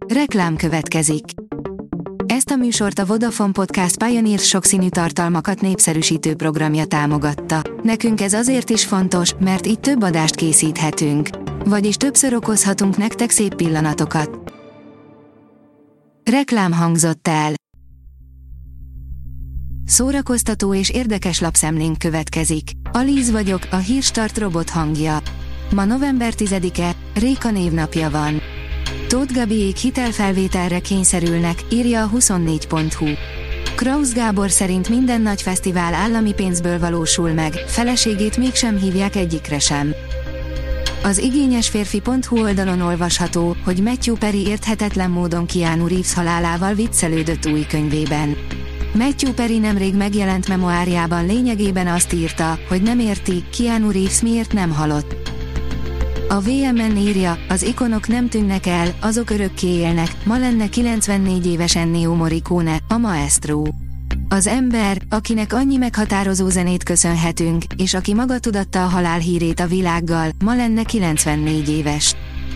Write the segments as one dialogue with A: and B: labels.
A: Reklám következik. Ezt a műsort a Vodafone Podcast Pioneer sokszínű tartalmakat népszerűsítő programja támogatta. Nekünk ez azért is fontos, mert így több adást készíthetünk. Vagyis többször okozhatunk nektek szép pillanatokat. Reklám hangzott el. Szórakoztató és érdekes lapszemlénk következik. Alíz vagyok, a Hírstart robot hangja. Ma november 10-e, Réka névnapja van. Tóth Gabiék hitelfelvételre kényszerülnek, írja a 24.hu. Krausz Gábor szerint minden nagy fesztivál állami pénzből valósul meg, feleségét mégsem hívják egyikre sem. Az igényesférfi.hu oldalon olvasható, hogy Matthew Perry érthetetlen módon Keanu Reeves halálával viccelődött új könyvében. Matthew Perry nemrég megjelent memoárjában lényegében azt írta, hogy nem érti, Keanu Reeves miért nem halott. A VMN írja, az ikonok nem tűnnek el, azok örökké élnek, ma lenne 94 éves Ennio Morricone, a maestro. Az ember, akinek annyi meghatározó zenét köszönhetünk, és aki maga tudatta a halál hírét a világgal, ma lenne 94 éves.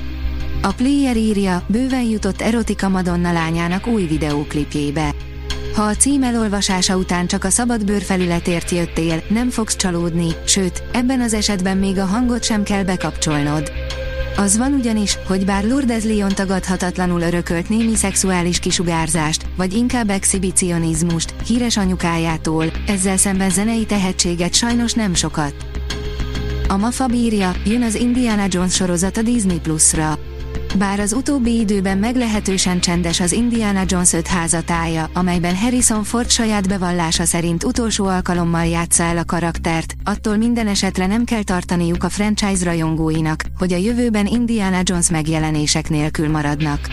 A: A Player írja, bőven jutott erotika Madonna lányának új videóklipjébe. Ha a cím elolvasása után csak a szabadbőr felületért jöttél, nem fogsz csalódni, sőt, ebben az esetben még a hangot sem kell bekapcsolnod. Az van ugyanis, hogy bár Lourdes Lyon tagadhatatlanul örökölt némi szexuális kisugárzást, vagy inkább exhibicionizmust, híres anyukájától, ezzel szemben zenei tehetséget sajnos nem sokat. A Mafab írja, jön az Indiana Jones sorozat a Disney Plus-ra. Bár az utóbbi időben meglehetősen csendes az Indiana Jones 5 házatája, amelyben Harrison Ford saját bevallása szerint utolsó alkalommal játsza el a karaktert, attól minden esetre nem kell tartaniuk a franchise rajongóinak, hogy a jövőben Indiana Jones megjelenések nélkül maradnak.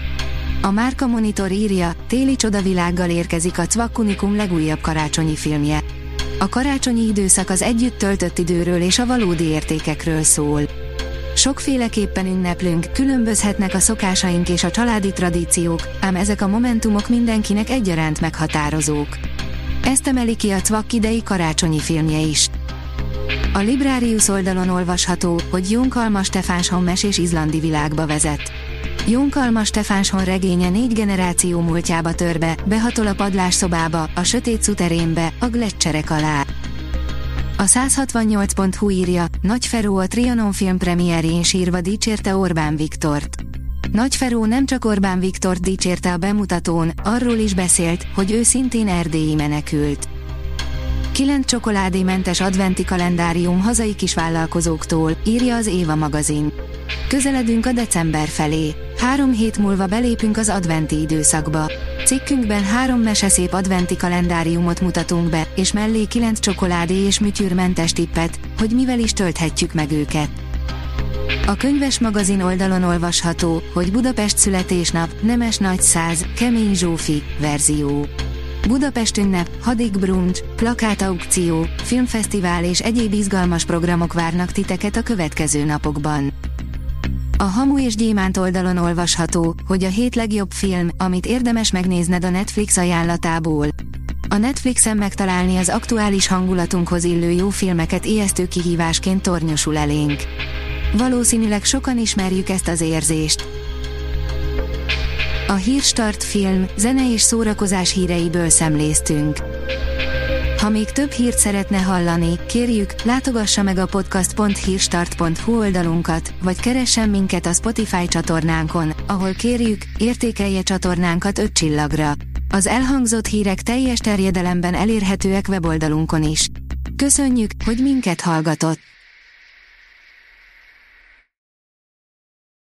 A: A Márka Monitor írja, téli csodavilággal érkezik a Cvak Unikum legújabb karácsonyi filmje. A karácsonyi időszak az együtt töltött időről és a valódi értékekről szól. Sokféleképpen ünneplünk, különbözhetnek a szokásaink és a családi tradíciók, ám ezek a momentumok mindenkinek egyaránt meghatározók. Ezt emeli ki a Cvak idei karácsonyi filmje is. A Librarius oldalon olvasható, hogy Jón Kalma Stefánsson mesés izlandi világba vezet. Jón Kalma Stefánsson regénye 4 generáció múltjába tör be, behatol a padlásszobába, a sötét szuterénbe, a gleccserek alá. A 168.hu írja, Nagy Feró a Trianon film premierjén sírva dicsérte Orbán Viktort. Nagy Feró nem csak Orbán Viktort dicsérte a bemutatón, arról is beszélt, hogy ő szintén erdélyi menekült. 9 csokoládémentes adventi kalendárium hazai kisvállalkozóktól, írja az Éva magazin. Közeledünk a december felé. 3 hét múlva belépünk az adventi időszakba. Cikkünkben 3 meseszép adventi kalendáriumot mutatunk be, és mellé 9 csokoládé és műtyűrmentes tippet, hogy mivel is tölthetjük meg őket. A Könyves magazin oldalon olvasható, hogy Budapest születésnap, Nemes Nagyszáz, Kemény Zsófi, verzió. Budapest ünnep, Hadik brunch, plakátaukció, filmfesztivál és egyéb izgalmas programok várnak titeket a következő napokban. A Hamu és Gyémánt oldalon olvasható, hogy a 7 legjobb film, amit érdemes megnézned a Netflix ajánlatából. A Netflixen megtalálni az aktuális hangulatunkhoz illő jó filmeket ijesztő kihívásként tornyosul elénk. Valószínűleg sokan ismerjük ezt az érzést. A Hírstart film, zene és szórakozás híreiből szemléztünk. Ha még több hírt szeretne hallani, kérjük, látogassa meg a podcast.hírstart.hu oldalunkat, vagy keressen minket a Spotify csatornánkon, ahol kérjük, értékelje csatornánkat 5 csillagra. Az elhangzott hírek teljes terjedelemben elérhetőek weboldalunkon is. Köszönjük, hogy minket hallgatott!